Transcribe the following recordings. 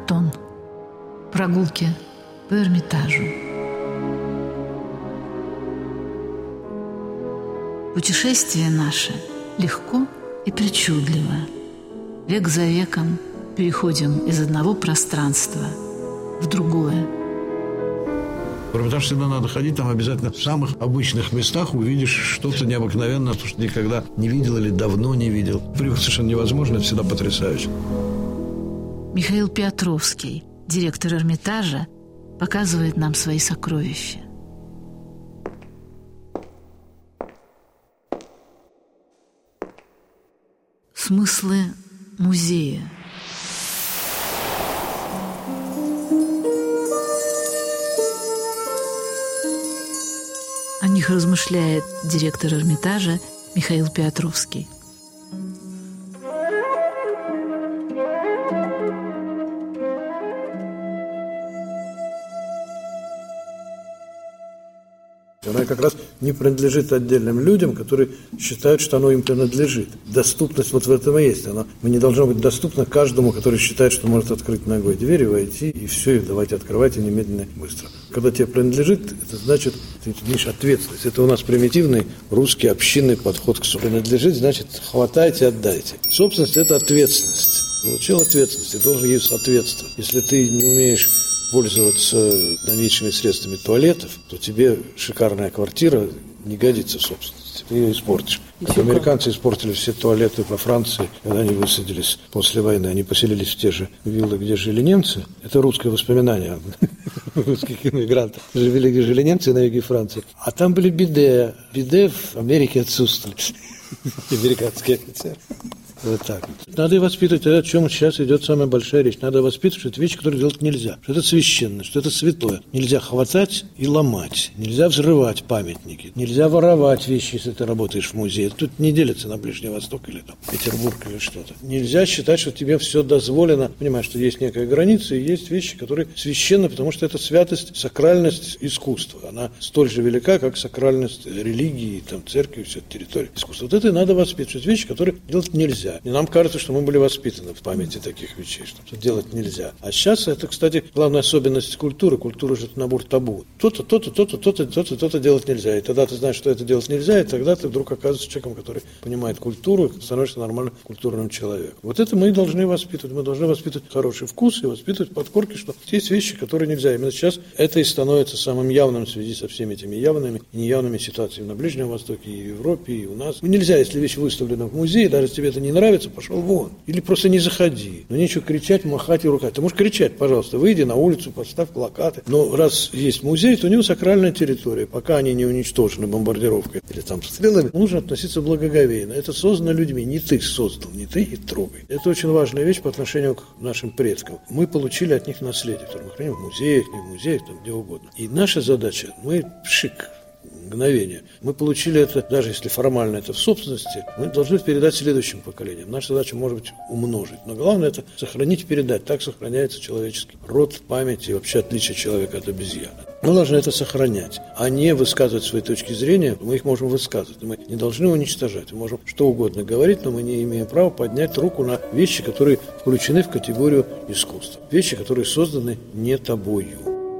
Платон. Прогулки по Эрмитажу. Путешествие наше легко и причудливо. Век за веком переходим из одного пространства в другое. В Эрмитаж всегда надо ходить, там обязательно в самых обычных местах увидишь что-то необыкновенное, то, что никогда не видел или давно не видел. Привыкнуть совершенно невозможно, это всегда потрясающе. Михаил Петровский, директор Эрмитажа, показывает нам свои сокровища. Смыслы музея. О них размышляет директор Эрмитажа Михаил Петровский. Она как раз не принадлежит отдельным людям, которые считают, что оно им принадлежит. Доступность вот в этом и есть. Она не должна быть доступна каждому, который считает, что может открыть ногой дверь и войти, и все, и давайте открывайте немедленно и быстро. Когда тебе принадлежит, это значит, ты имеешь ответственность. Это у нас примитивный русский общинный подход к собственности. Принадлежит, значит, хватайте, отдайте. Собственность – это ответственность. Получил ответственность, ты должен ей соответствовать. Если ты не умеешь пользоваться наличными средствами туалетов, то тебе шикарная квартира не годится в собственности. Ты ее испортишь. Как американцы испортили все туалеты во Франции, когда они высадились после войны. Они поселились в те же виллы, где жили немцы. Это русское воспоминание русских иммигрантов. Жили, где жили немцы на юге Франции. А там были биде. Биде в Америке отсутствовали. Американский офицер. Вот так. Надо и воспитывать, о чем сейчас идет самая большая речь. Надо воспитывать, что это вещи, которые делать нельзя. Что это священно, что это святое. Нельзя хватать и ломать. Нельзя взрывать памятники. Нельзя воровать вещи, если ты работаешь в музее. Тут не делится на Ближний Восток или там Петербург или что-то. Нельзя считать, что тебе все дозволено. Понимаешь, что есть некая граница и есть вещи, которые священны, потому что это святость, сакральность искусства. Она столь же велика, как сакральность религии, там, церкви, вся территория искусства. Вот это и надо воспитывать. Вещи, которые делать нельзя. И нам кажется, что мы были воспитаны в памяти таких вещей, что делать нельзя. А сейчас это, кстати, главная особенность культуры. Культура же это набор табу. То-то делать нельзя. И тогда ты знаешь, что это делать нельзя, и тогда ты вдруг оказываешься человеком, который понимает культуру, становишься нормальным культурным человеком. Вот это мы и должны воспитывать. Мы должны воспитывать хороший вкус и воспитывать подкорки, что есть вещи, которые нельзя. Именно сейчас это и становится самым явным в связи со всеми этими явными и неявными ситуациями на Ближнем Востоке, и в Европе, и у нас. Ну, нельзя, если вещь выставлена в музее, даже если тебе это не нравится, пошел вон. Или просто не заходи. Но нечего кричать, махать и рукать. Ты можешь кричать, пожалуйста, выйди на улицу, поставь плакаты. Но раз есть музей, то у него сакральная территория. Пока они не уничтожены бомбардировкой или там стрелами, нужно относиться благоговейно. Это создано людьми. Не ты создал, не ты и трогай. Это очень важная вещь по отношению к нашим предкам. Мы получили от них наследие, которое мы храним в музеях, не в музеях, там где угодно. И наша задача, мы мгновение. Мы получили это, даже если формально это в собственности, мы должны передать следующим поколениям. Наша задача может быть умножить. Но главное это сохранить и передать. Так сохраняется человеческий род, память и вообще отличие человека от обезьяны. Мы должны это сохранять, а не высказывать свои точки зрения. Мы их можем высказывать, но мы не должны уничтожать. Мы можем что угодно говорить, но мы не имеем права поднять руку на вещи, которые включены в категорию искусства. Вещи, которые созданы не тобою.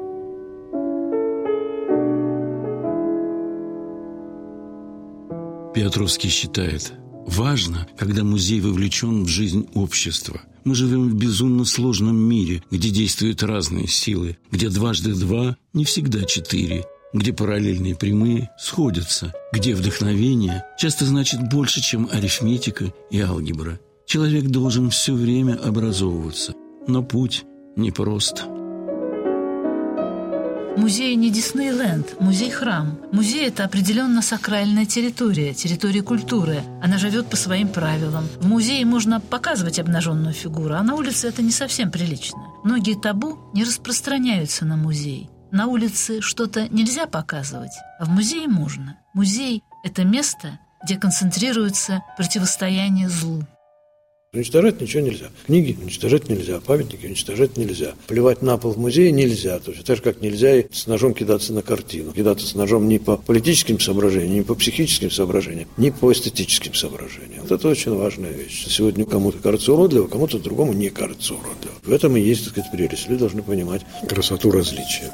Петровский считает, важно, когда музей вовлечен в жизнь общества. Мы живем в безумно сложном мире, где действуют разные силы, где дважды два не всегда 4, где параллельные прямые сходятся, где вдохновение часто значит больше, чем арифметика и алгебра. Человек должен все время образовываться, но путь непрост. Музей не Диснейленд, музей-храм. Музей – это определенно сакральная территория, территория культуры. Она живет по своим правилам. В музее можно показывать обнаженную фигуру, а на улице это не совсем прилично. Многие табу не распространяются на музей. На улице что-то нельзя показывать, а в музее можно. Музей – это место, где концентрируется противостояние злу. Уничтожать ничего нельзя. Книги уничтожать нельзя, памятники уничтожать нельзя. Плевать на пол в музее нельзя. То есть так же, как нельзя и с ножом кидаться на картину. Кидаться с ножом не по политическим соображениям, не по психическим соображениям, не по эстетическим соображениям. Вот это очень важная вещь. Сегодня кому-то кажется уродливо, кому-то другому не кажется уродливо. В этом и есть, так сказать, прелесть. Люди должны понимать красоту различия.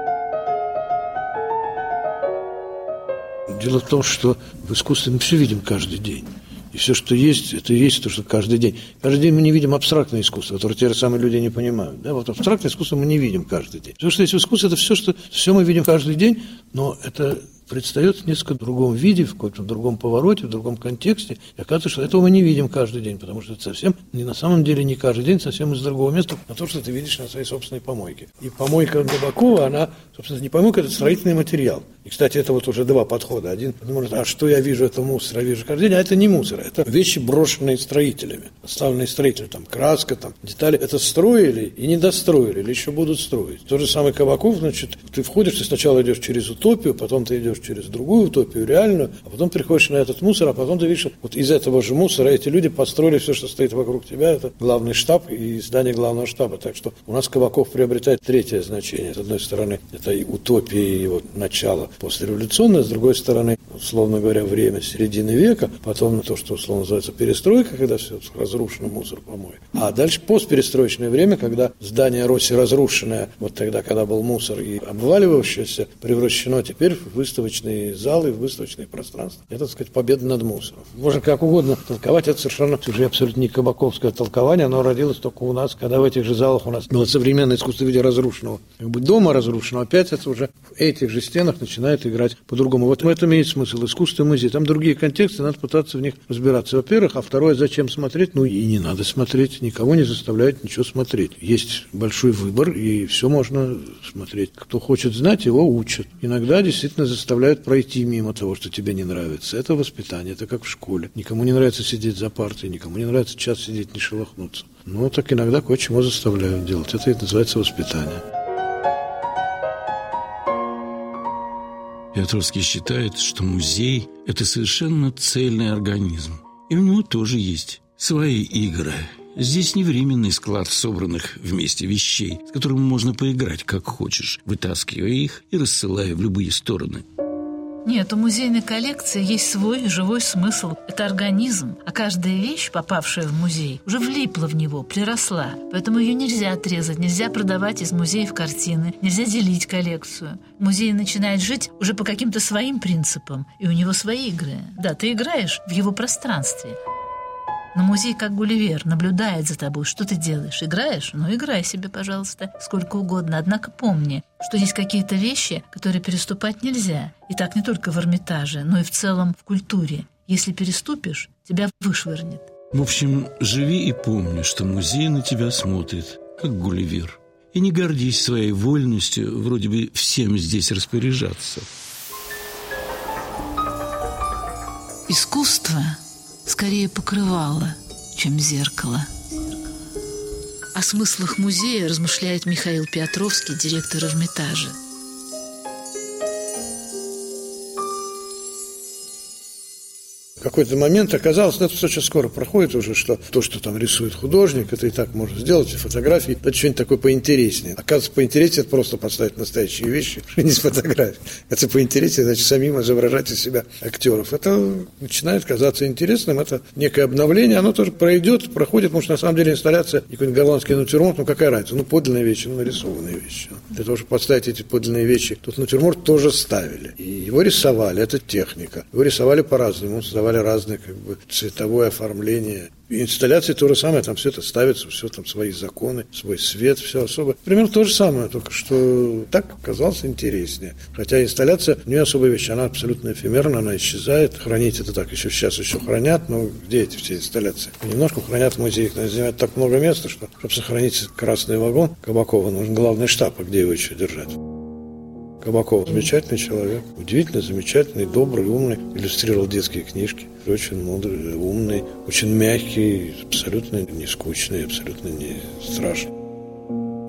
Дело в том, что в искусстве мы все видим каждый день. И все, что есть, это и есть то, что каждый день. Каждый день мы не видим абстрактное искусство, которое те же самые люди не понимают. Да? Вот абстрактное искусство мы не видим каждый день. Все, что есть в искусстве, это все мы видим каждый день, но это предстает в несколько другом виде, в каком-то другом повороте, в другом контексте. И оказывается, что этого мы не видим каждый день, потому что это совсем, на самом деле, не каждый день, совсем из другого места, на то, что ты видишь на своей собственной помойке. И помойка Набокова, она, собственно, не помойка, это строительный материал. И, кстати, это вот уже два подхода. Один может, а что я вижу, это мусор, я вижу каждый день, а это не мусор, это вещи, брошенные строителями, оставленные строителями, там, краска, там, детали. Это строили и не достроили, или еще будут строить. Тот же самый Кабаков, значит, ты входишь, ты сначала идешь через утопию, потом ты идешь через другую утопию, реальную, а потом приходишь на этот мусор, а потом ты видишь, что вот из этого же мусора эти люди построили все, что стоит вокруг тебя, это главный штаб и здание главного штаба. Так что у нас Кабаков приобретает третье значение. С одной стороны, это и утопия, его начало послереволюционное, с другой стороны, условно говоря, время середины века, потом то, что условно называется перестройка, когда все разрушено, мусор помоек. А дальше постперестроечное время, когда здание Росси разрушенное, вот тогда, когда был мусор и обваливающееся, превращено теперь в выставочные залы, в выставочные пространства. Это, так сказать, победа над мусором. Можно как угодно толковать, это совершенно уже абсолютно не кабаковское толкование, оно родилось только у нас, когда в этих же залах у нас было современное искусство в виде разрушенного, как бы дома разрушенного, опять это уже в этих же стенах начинает играть по-другому. Вот в этом имеет смысл искусство и музей. Там другие контексты, надо пытаться в них разбираться. Во-первых, а второе, зачем смотреть? Ну и не надо смотреть, никого не заставляют ничего смотреть. Есть большой выбор, и все можно смотреть. Кто хочет знать, его учат. Иногда действительно заставляют пройти мимо того, что тебе не нравится. Это воспитание, это как в школе. Никому не нравится сидеть за партой, никому не нравится час сидеть, не шелохнуться. Ну, так иногда кое-чему заставляют делать. Это и называется воспитание. Петровский считает, что музей – это совершенно цельный организм. И у него тоже есть свои игры. Здесь не временный склад собранных вместе вещей, с которыми можно поиграть как хочешь, вытаскивая их и рассылая в любые стороны. Нет, у музейной коллекции есть свой живой смысл. Это организм, а каждая вещь, попавшая в музей, уже влипла в него, приросла. Поэтому ее нельзя отрезать, нельзя продавать из музеев картины, нельзя делить коллекцию. Музей начинает жить уже по каким-то своим принципам, и у него свои игры. Да, ты играешь в его пространстве. Но музей, как Гулливер, наблюдает за тобой. Что ты делаешь? Играешь? Ну, играй себе, пожалуйста, сколько угодно. Однако помни, что есть какие-то вещи, которые переступать нельзя. И так не только в Эрмитаже, но и в целом в культуре. Если переступишь, тебя вышвырнет. В общем, живи и помни, что музей на тебя смотрит, как Гулливер. И не гордись своей вольностью вроде бы всем здесь распоряжаться. Искусство скорее покрывало, чем зеркало. О смыслах музея размышляет Михаил Петровский, директор Эрмитажа. В какой-то момент оказалось, это все очень скоро проходит уже, что то, что там рисует художник, это и так можно сделать, и фотографии, это что-нибудь такое поинтереснее. Оказывается, поинтереснее это просто поставить настоящие вещи, не с фотографией. Это поинтереснее, значит, самим изображать из себя актеров. Это начинает казаться интересным, это некое обновление, оно тоже проходит, потому что на самом деле инсталляция, какой-нибудь голландский натюрморт, ну какая разница, ну подлинные вещи, ну нарисованные вещи. Для того, чтобы поставить эти подлинные вещи, тут натюрморт тоже ставили. И его рисовали, это техника. Его рисовали по-разному, создавали разное как бы цветовое оформление. И инсталляции то же самое, там все это ставится, все там свои законы, свой свет, все особо. Примерно то же самое, только что так казалось интереснее. Хотя инсталляция не особая вещь, она абсолютно эфемерна, она исчезает. Хранить это так, еще сейчас еще хранят, но где эти все инсталляции? Понемножку хранят в музеях, но занимает так много места, что, чтобы сохранить красный вагон Кабакова, нужен главный штаб, а где его еще держать? Кабаков замечательный человек, удивительно замечательный, добрый, умный, иллюстрировал детские книжки, очень мудрый, умный, очень мягкий, абсолютно не скучный, абсолютно не страшный.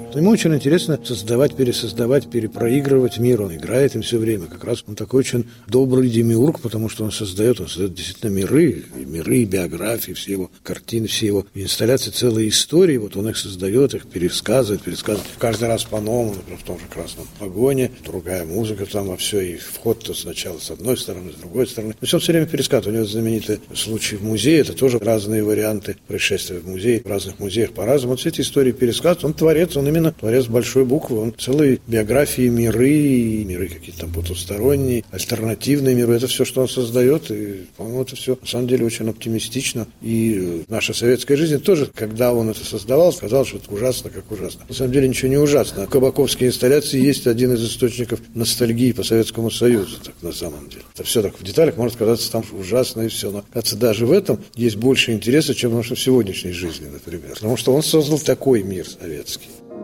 Ему очень интересно создавать, пересоздавать, перепроигрывать мир. Он играет им все время. Как раз он такой очень добрый демиург, потому что он создает действительно миры, и биографии, все его картины, все его инсталляции, целые истории. Вот он их создает, их пересказывает. Каждый раз по-новому, например, в том же «Красном вагоне», другая музыка там во все, и вход-то сначала с одной стороны, с другой стороны. То есть он все время пересказывает. У него знаменитый случай в музее, это тоже разные варианты происшествия в музее, в разных музеях по-разному. Вот все эти истории пересказывает. Он творец, он именно творец большой буквы. Он целые биографии, миры какие-то там потусторонние, альтернативные миры. Это все, что он создает. И, по-моему, это все на самом деле очень оптимистично. И наша советская жизнь тоже, когда он это создавал, сказал, что это ужасно, как ужасно. На самом деле ничего не ужасно. Кабаковские инсталляции есть один из источников ностальгии по Советскому Союзу, так на самом деле. Это все так в деталях может казаться там ужасно и все. Но, кажется, даже в этом есть больше интереса, чем в нашей сегодняшней жизни, например. Потому что он создал такой мир советский.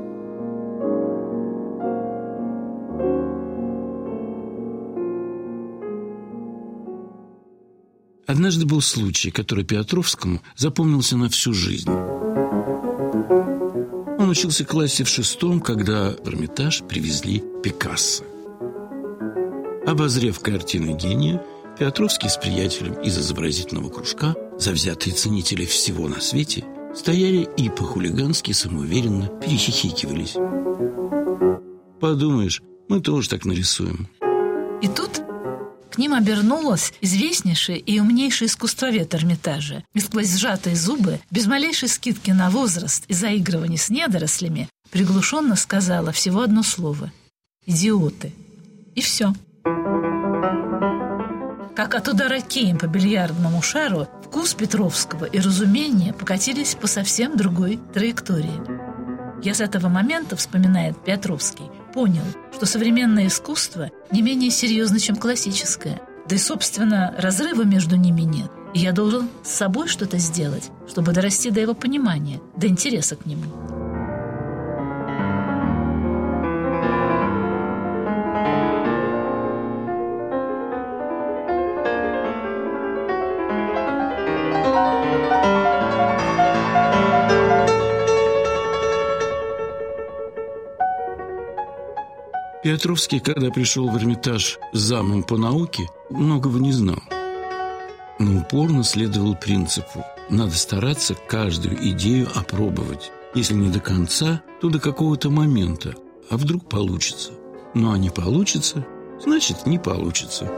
Однажды был случай, который Петровскому запомнился на всю жизнь. Он учился в классе в 6, когда в Эрмитаж привезли Пикассо. Обозрев картины гения, Петровский с приятелем из изобразительного кружка, завзятые ценители всего на свете, стояли и по-хулигански самоуверенно перехихикивались. Подумаешь, мы тоже так нарисуем. И тут к ним обернулась известнейший и умнейший искусствовед Эрмитажа. И сквозь сжатые зубы, без малейшей скидки на возраст и заигрываний с недорослями, приглушенно сказала всего одно слово – «идиоты». И все. Как от удара кием по бильярдному шару, вкус Петровского и разумение покатились по совсем другой траектории. Я с этого момента, вспоминает Петровский, понял, что современное искусство не менее серьезно, чем классическое. Да и, собственно, разрыва между ними нет. И я должен с собой что-то сделать, чтобы дорасти до его понимания, до интереса к нему. Петровский, когда пришел в Эрмитаж замом по науке, многого не знал. Но упорно следовал принципу: надо стараться каждую идею опробовать. Если не до конца, то до какого-то момента. А вдруг получится? Ну а не получится, значит не получится.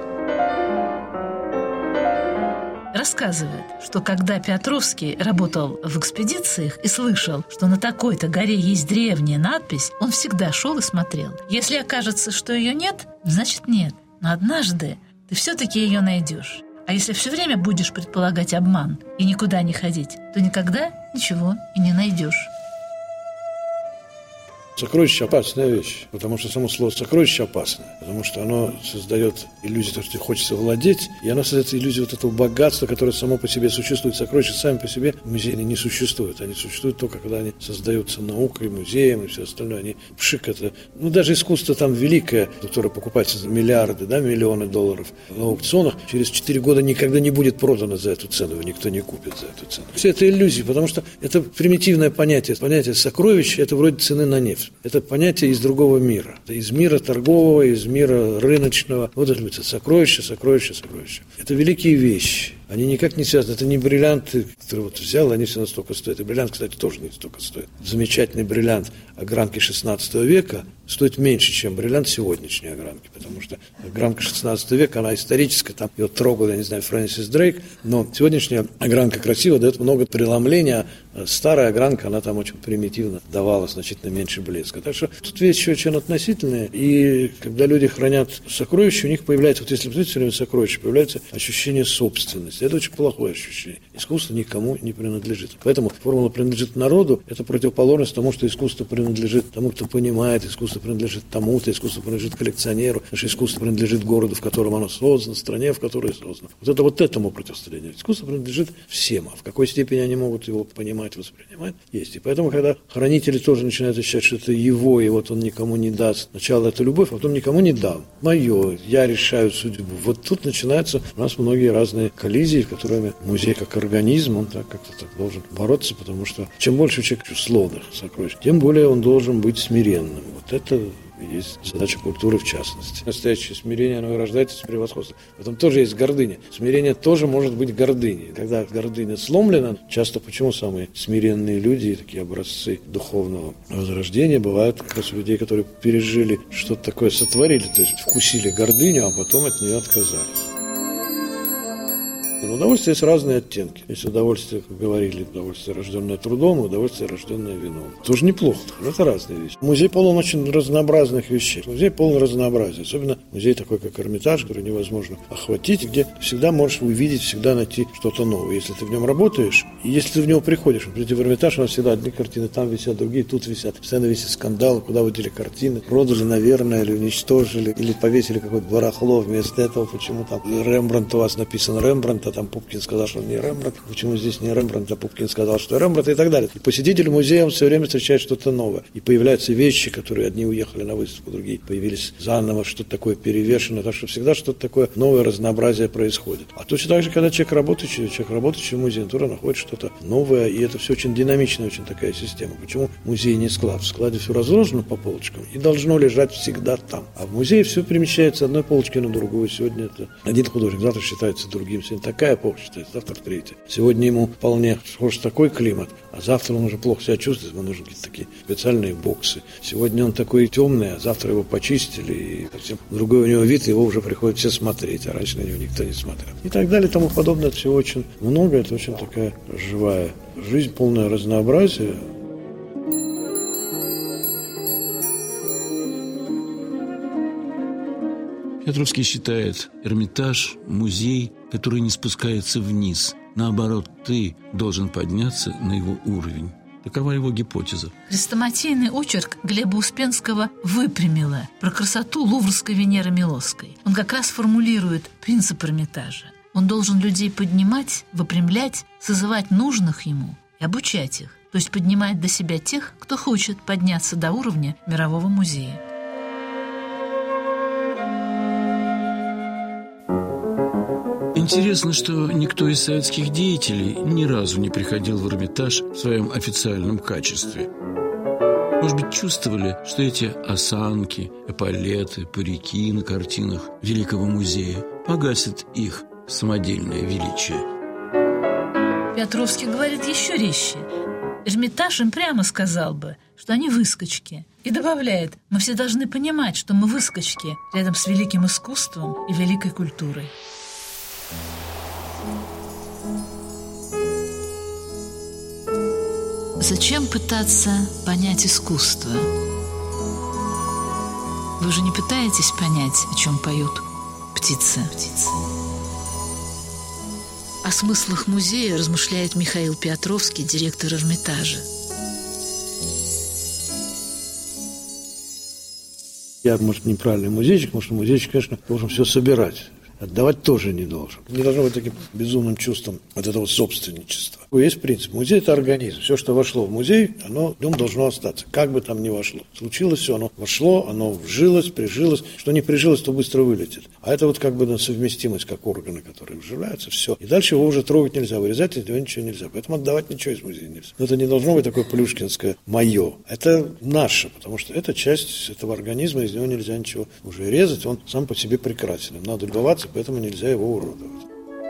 Рассказывает, что когда Петровский работал в экспедициях и слышал, что на такой-то горе есть древняя надпись, он всегда шел и смотрел. Если окажется, что ее нет, значит нет. Но однажды ты все-таки ее найдешь. А если все время будешь предполагать обман и никуда не ходить, то никогда ничего и не найдешь. Сокровище – опасная вещь, потому что само слово «сокровище» опасное, потому что оно создает иллюзию того, что хочется владеть, и оно создает иллюзию вот этого богатства, которое само по себе существует. Сокровища сами по себе в музее не существуют. Они существуют только, когда они создаются наукой, музеем и все остальное. Они это. Даже искусство там великое, которое покупается за миллиарды, миллионы долларов на аукционах, через 4 года никогда не будет продано за эту цену, его никто не купит за эту цену. Все это иллюзии, потому что это примитивное понятие. Понятие сокровища – это вроде цены на нефть. Это понятие из другого мира. Из мира торгового, из мира рыночного. Вот это сокровища. Это великие вещи. Они никак не связаны. Это не бриллианты, которые вот взял, они все настолько стоят. И бриллиант, кстати, тоже не столько стоит. Замечательный бриллиант огранки 16 века стоит меньше, чем бриллиант сегодняшней огранки. Потому что огранка 16 века, она историческая. Там ее трогал, я не знаю, Фрэнсис Дрейк. Но сегодняшняя огранка красивая, дает много преломления. А старая огранка, она там очень примитивно давала значительно меньше блеска. Так что тут вещи очень относительные. И когда люди хранят сокровища, у них появляется, вот если посмотреть все время сокровища, появляется ощущение собственности. Это очень плохое ощущение. Искусство никому не принадлежит. Поэтому формула «принадлежит народу» – это противоположность тому, что искусство принадлежит тому, кто понимает искусство, искусство принадлежит тому-то, искусство принадлежит коллекционеру, наше искусство принадлежит городу, в котором оно создано, стране, в которой создано. Вот этому противостоянию. Искусство принадлежит всем, а в какой степени они могут его понимать, воспринимать, есть. И поэтому, когда хранители тоже начинают ощущать, что это его, и вот он никому не даст. Сначала это любовь, а потом никому не дам. Мое, я решаю судьбу. Вот тут начинаются у нас многие разные коллизии, в которыми музей как организм, он так как-то так должен бороться, потому что чем больше человек условных сокровищ, тем более он должен быть смиренным. Вот это есть задача культуры в частности. Настоящее смирение, оно и рождается из превосходства. В этом тоже есть гордыня. Смирение тоже может быть гордыней. Когда гордыня сломлена, часто почему самые смиренные люди, такие образцы духовного возрождения, бывают как раз у людей, которые пережили что-то такое, сотворили, то есть вкусили гордыню, а потом от нее отказались. Но удовольствие есть разные оттенки. Есть удовольствие, как говорили, удовольствие, рожденное трудом, и удовольствие, рожденное вином. Тоже неплохо, это разные вещи. Музей полон очень разнообразных вещей. Музей полон разнообразия. Особенно музей такой, как Эрмитаж, который невозможно охватить, где всегда можешь увидеть, всегда найти что-то новое. Если ты в нем работаешь, и если ты в него приходишь. Придите в Эрмитаж, у нас всегда одни картины, там висят, другие тут висят. Постоянно висят скандалы, куда вы дели картины. Продали, наверное, или уничтожили, или повесили какое-то барахло вместо этого. Почему там Рембрандт у вас написан Рембрандт, а там Пупкин сказал, что он не Рембрандт, почему здесь не Рембрандт, а Пупкин сказал, что Рембрандт, и так далее. И посетитель музея, он все время встречает что-то новое. И появляются вещи, которые одни уехали на выставку, другие появились заново, что-то такое перевешено, так что всегда что-то такое новое разнообразие происходит. А точно так же, когда человек работающий в музее, тоже находит что-то новое, и это все очень динамичная, очень такая система. Почему музей не склад? В складе все разложено по полочкам и должно лежать всегда там. А в музее все перемещается с одной полочки на другую. Сегодня это один художник, завтра считается другим. Сегодня такая эпоха считается, завтра третья. Сегодня ему вполне схож такой климат, а завтра он уже плохо себя чувствует, ему нужны какие-то такие специальные боксы. Сегодня он такой темный, а завтра его почистили, и совсем другой у него вид, его уже приходят все смотреть, а раньше на него никто не смотрел. И так далее, и тому подобное. Это всего очень много, это очень такая живая жизнь, полное разнообразие. Петровский считает Эрмитаж музей, который не спускается вниз. Наоборот, ты должен подняться на его уровень. Такова его гипотеза. Хрестоматийный очерк Глеба Успенского выпрямило про красоту луврской Венеры Милосской. Он как раз формулирует принцип Эрмитажа. Он должен людей поднимать, выпрямлять, созывать нужных ему и обучать их. То есть поднимать до себя тех, кто хочет подняться до уровня мирового музея. Интересно, что никто из советских деятелей ни разу не приходил в Эрмитаж в своем официальном качестве. Может быть, чувствовали, что эти осанки, эполеты, парики на картинах Великого музея погасят их самодельное величие. Петровский говорит еще резче. Эрмитаж им прямо сказал бы, что они выскочки. И добавляет, мы все должны понимать, что мы выскочки рядом с великим искусством и великой культурой. Зачем пытаться понять искусство? Вы же не пытаетесь понять, о чем поют птицы. О смыслах музея размышляет Михаил Петровский, директор Эрмитажа. Я, может, неправильный музейщик, потому что музейщик, конечно, должен все собирать. Отдавать тоже не должен. Не должно быть таким безумным чувством вот этого собственничества. Есть принцип. Музей – это организм. Все, что вошло в музей, оно в нем должно остаться. Как бы там ни вошло. Случилось все, оно вошло, оно вжилось, прижилось. Что не прижилось, то быстро вылетит. А это вот как бы на совместимость, как органы, которые вживляются, все. И дальше его уже трогать нельзя, вырезать из него ничего нельзя. Поэтому отдавать ничего из музея нельзя. Но это не должно быть такое плюшкинское «моё». Это наше, потому что это часть этого организма, из него нельзя ничего уже резать. Он сам по себе прекрасен. Им надо любоваться, поэтому нельзя его уродовать.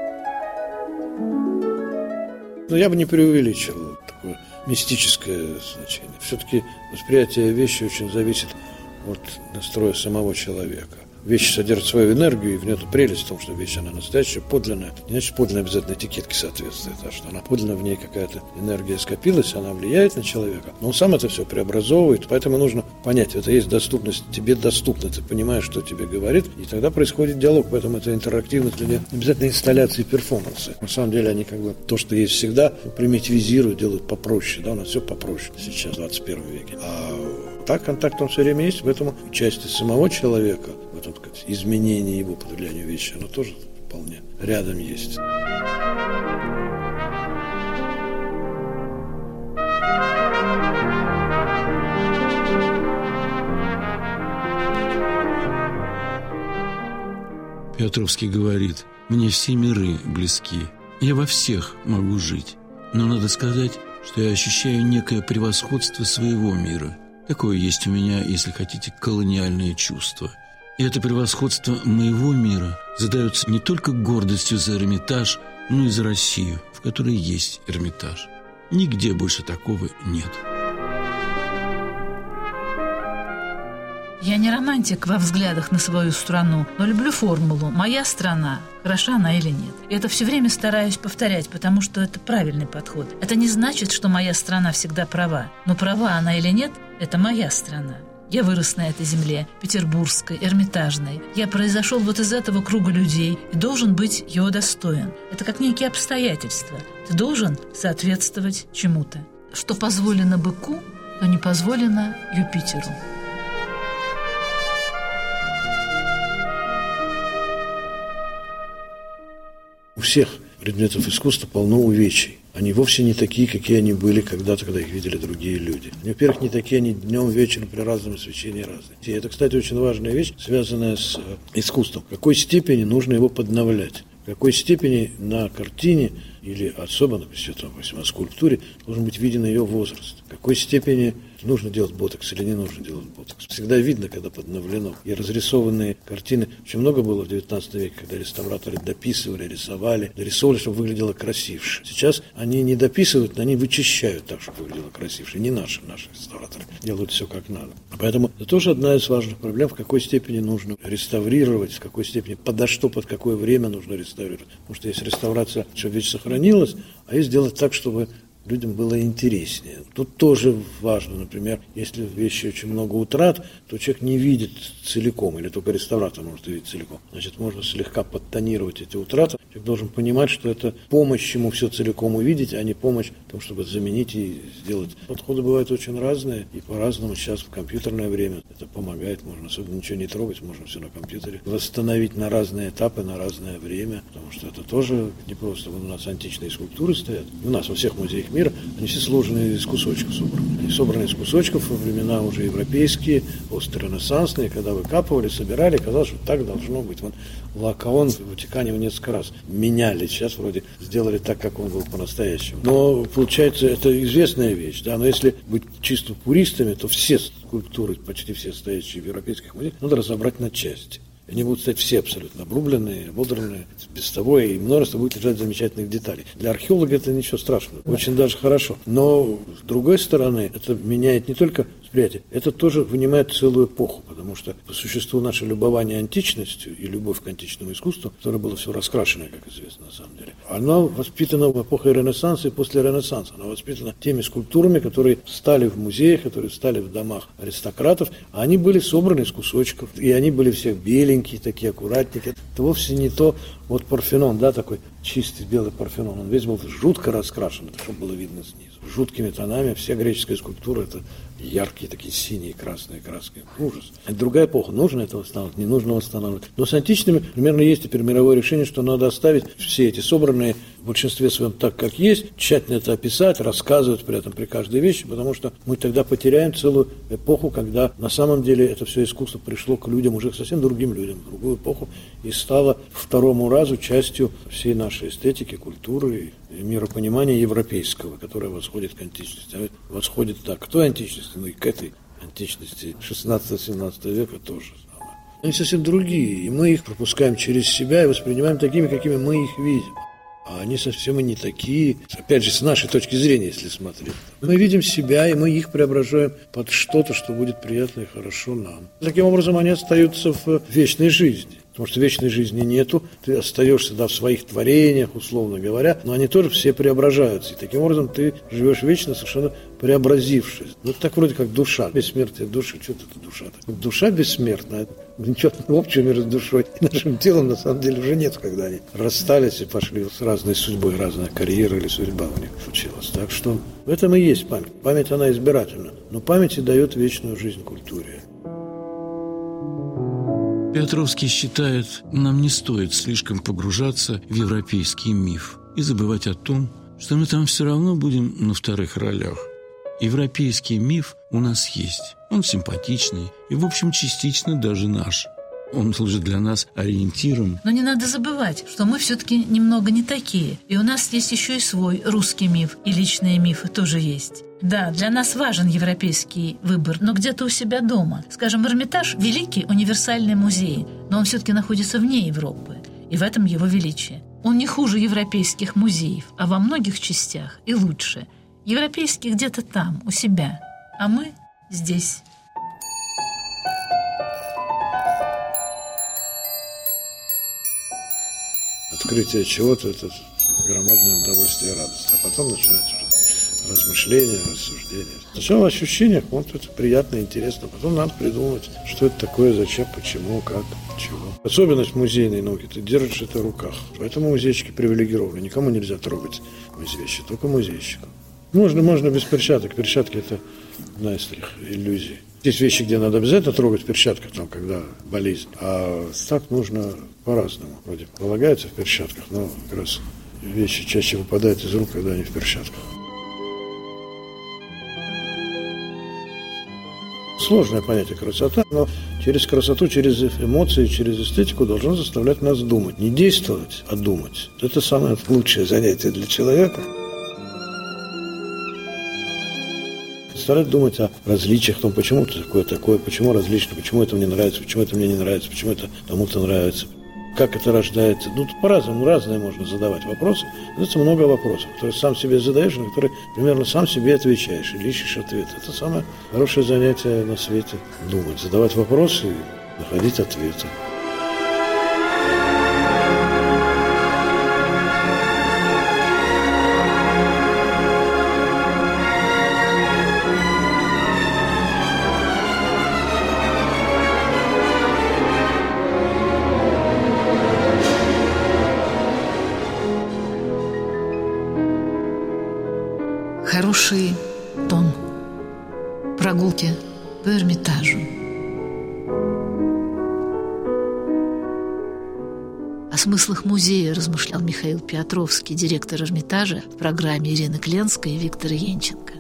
Но я бы не преувеличил такое мистическое значение. Все-таки восприятие вещи очень зависит от настроя самого человека. Вещь содержит свою энергию, и в ней прелесть в том, что вещь, она настоящая, подлинная. Не значит, подлинная обязательно этикетке соответствует, а что она подлинная, в ней какая-то энергия скопилась, она влияет на человека. Но он сам это все преобразовывает, поэтому нужно понять, это есть доступность, тебе доступно, ты понимаешь, что тебе говорит, и тогда происходит диалог, поэтому это интерактивно, это не обязательно инсталляции и перформансы. На самом деле они как бы то, что есть всегда, примитивизируют, делают попроще, да, у нас все попроще сейчас, в 21 веке. А так контакт он все время есть, поэтому части самого человека, в этом, так сказать, изменении его по влиянию вещи, оно тоже вполне рядом есть. Петровский говорит: «Мне все миры близки, я во всех могу жить, но надо сказать, что я ощущаю некое превосходство своего мира. Такое есть у меня, если хотите, колониальное чувство. И это превосходство моего мира задается не только гордостью за Эрмитаж, но и за Россию, в которой есть Эрмитаж. Нигде больше такого нет». Я не романтик во взглядах на свою страну, но люблю формулу «моя страна», хороша она или нет. И это все время стараюсь повторять, потому что это правильный подход. Это не значит, что моя страна всегда права. Но права она или нет – это моя страна. Я вырос на этой земле, петербургской, эрмитажной. Я произошел вот из этого круга людей и должен быть его достоин. Это как некие обстоятельства. Ты должен соответствовать чему-то. Что позволено быку, то не позволено Юпитеру. У всех предметов искусства полно увечий. Они вовсе не такие, какие они были когда-то, когда их видели другие люди. Они, во-первых, не такие, они днем, вечером при разном освещении разные. И это, кстати, очень важная вещь, связанная с искусством. В какой степени нужно его подновлять? В какой степени на картине или особенно, допустим, о скульптуре должен быть виден ее возраст? В какой степени нужно делать ботокс или не нужно делать ботокс? Всегда видно, когда подновлено. И разрисованные картины, очень много было в XIX веке, когда реставраторы дописывали, рисовали, дорисовывали, чтобы выглядело красивше. Сейчас они не дописывают, но они вычищают так, чтобы выглядело красивше. Не наши реставраторы делают все как надо. Поэтому это тоже одна из важных проблем, в какой степени нужно реставрировать, в какой степени, под какое время нужно реставрировать. Потому что есть реставрация, чтобы вещь сохранилась, а есть сделать так, чтобы людям было интереснее. Тут тоже важно, например, если в вещи очень много утрат, то человек не видит целиком, или только реставратор может видеть целиком. Значит, можно слегка подтонировать эти утраты. Человек должен понимать, что это помощь ему все целиком увидеть, а не помощь в том, чтобы заменить и сделать. Подходы бывают очень разные, и по-разному. Сейчас в компьютерное время это помогает, можно особенно ничего не трогать, можно все на компьютере восстановить на разные этапы, на разное время, потому что это тоже не просто. У нас античные скульптуры стоят, у нас во всех музеях мира, они все сложены из кусочков собраны. Они собраны из кусочков во времена уже европейские, постренессансные, когда выкапывали, собирали, казалось, что так должно быть. Вон Лакаон в Ватикане его несколько раз меняли, сейчас вроде сделали так, как он был по-настоящему. Но, получается, это известная вещь, да, но если быть чисто пуристами, то все скульптуры, почти все стоящие в европейских музеях, надо разобрать на части. Они будут стоять все абсолютно обрубленные, ободранные, без того, и множество будет лежать замечательных деталей. Для археолога это ничего страшного, очень даже хорошо. Но, с другой стороны, это меняет не только восприятие, это тоже вынимает целую эпоху, потому что по существу наше любование античностью и любовь к античному искусству, которое было все раскрашенное, как известно на самом деле, оно воспитано в эпоху Ренессанса и после Ренессанса. Оно воспитано теми скульптурами, которые стали в музеях, которые стали в домах аристократов, а они были собраны из кусочков, и они были все беленькие, такие аккуратненькие. Это вовсе не то, вот Парфенон, да, такой чистый белый Парфенон, он весь был жутко раскрашен, это чтобы было видно снизу. Жуткими тонами, вся греческая скульптура, это яркие такие синие, красные краски. Ужас. Это другая эпоха. Нужно это восстанавливать, не нужно восстанавливать. Но с античными примерно есть теперь мировое решение, что надо оставить все эти собранные в большинстве своем так, как есть, тщательно это описать, рассказывать при этом при каждой вещи, потому что мы тогда потеряем целую эпоху, когда на самом деле это все искусство пришло к людям, уже к совсем другим людям, в другую эпоху, и стало второму разу частью всей нашей эстетики, культуры и миропонимания европейского, которое восходит к античности. А восходит так, к той античности, ну и к этой античности 16-17 века тоже. Они совсем другие, и мы их пропускаем через себя и воспринимаем такими, какими мы их видим. А они совсем и не такие, опять же, с нашей точки зрения, если смотреть. Мы видим себя, и мы их преображаем под что-то, что будет приятно и хорошо нам. Таким образом, они остаются в вечной жизни. потому что вечной жизни нету, ты остаешься, да, в своих творениях, условно говоря, но они тоже все преображаются, и таким образом ты живешь вечно, совершенно преобразившись. Ну, это так вроде как душа, бессмертие души, что это душа? Душа бессмертная, ничего общего между душой и нашим телом на самом деле уже нет, когда они расстались и пошли с разной судьбой, разная карьера или судьба у них случилась. Так что в этом и есть память. Память, она избирательна, но память и дает вечную жизнь культуре. Петровский считает, нам не стоит слишком погружаться в европейский миф и забывать о том, что мы там все равно будем на вторых ролях. Европейский миф у нас есть. Он симпатичный и, в общем, частично даже наш. Он служит для нас ориентиром. Но не надо забывать, что мы все-таки немного не такие. И у нас есть еще и свой русский миф, и личные мифы тоже есть. Да, для нас важен европейский выбор, но где-то у себя дома. Скажем, Эрмитаж – великий универсальный музей, но он все-таки находится вне Европы. И в этом его величие. Он не хуже европейских музеев, а во многих частях и лучше. Европейский где-то там, у себя, а мы здесь. Открытие чего-то – это громадное удовольствие и радость. А потом начинается уже размышления, рассуждения. Сначала в ощущениях, вот это приятно, интересно. Потом надо придумать, что это такое, зачем, почему, как, чего. Особенность музейной науки – ты держишь это в руках. Поэтому музейщики привилегированы. Никому нельзя трогать вещи, только музейщику. Можно без перчаток. Перчатки – это одна из таких иллюзий. Есть вещи, где надо обязательно трогать перчатках, там, когда болезнь. А так нужно по-разному. Вроде полагается в перчатках, но как раз вещи чаще выпадают из рук, когда они в перчатках. Сложное понятие красота, но через красоту, через эмоции, через эстетику должно заставлять нас думать. Не действовать, а думать. Это самое лучшее занятие для человека. Стараюсь думать о различиях, о том, почему это такое, почему различно, почему это мне нравится, почему это мне не нравится, почему это кому-то нравится, как это рождается. Ну, по-разному, разные можно задавать вопросы. Это много вопросов, которые сам себе задаешь, на которые примерно сам себе отвечаешь или ищешь ответ. Это самое хорошее занятие на свете – думать, задавать вопросы и находить ответы. Хороший тон. Прогулки по Эрмитажу. О смыслах музея размышлял Михаил Петровский, директор Эрмитажа, в программе Ирины Кленской и Виктора Янченко.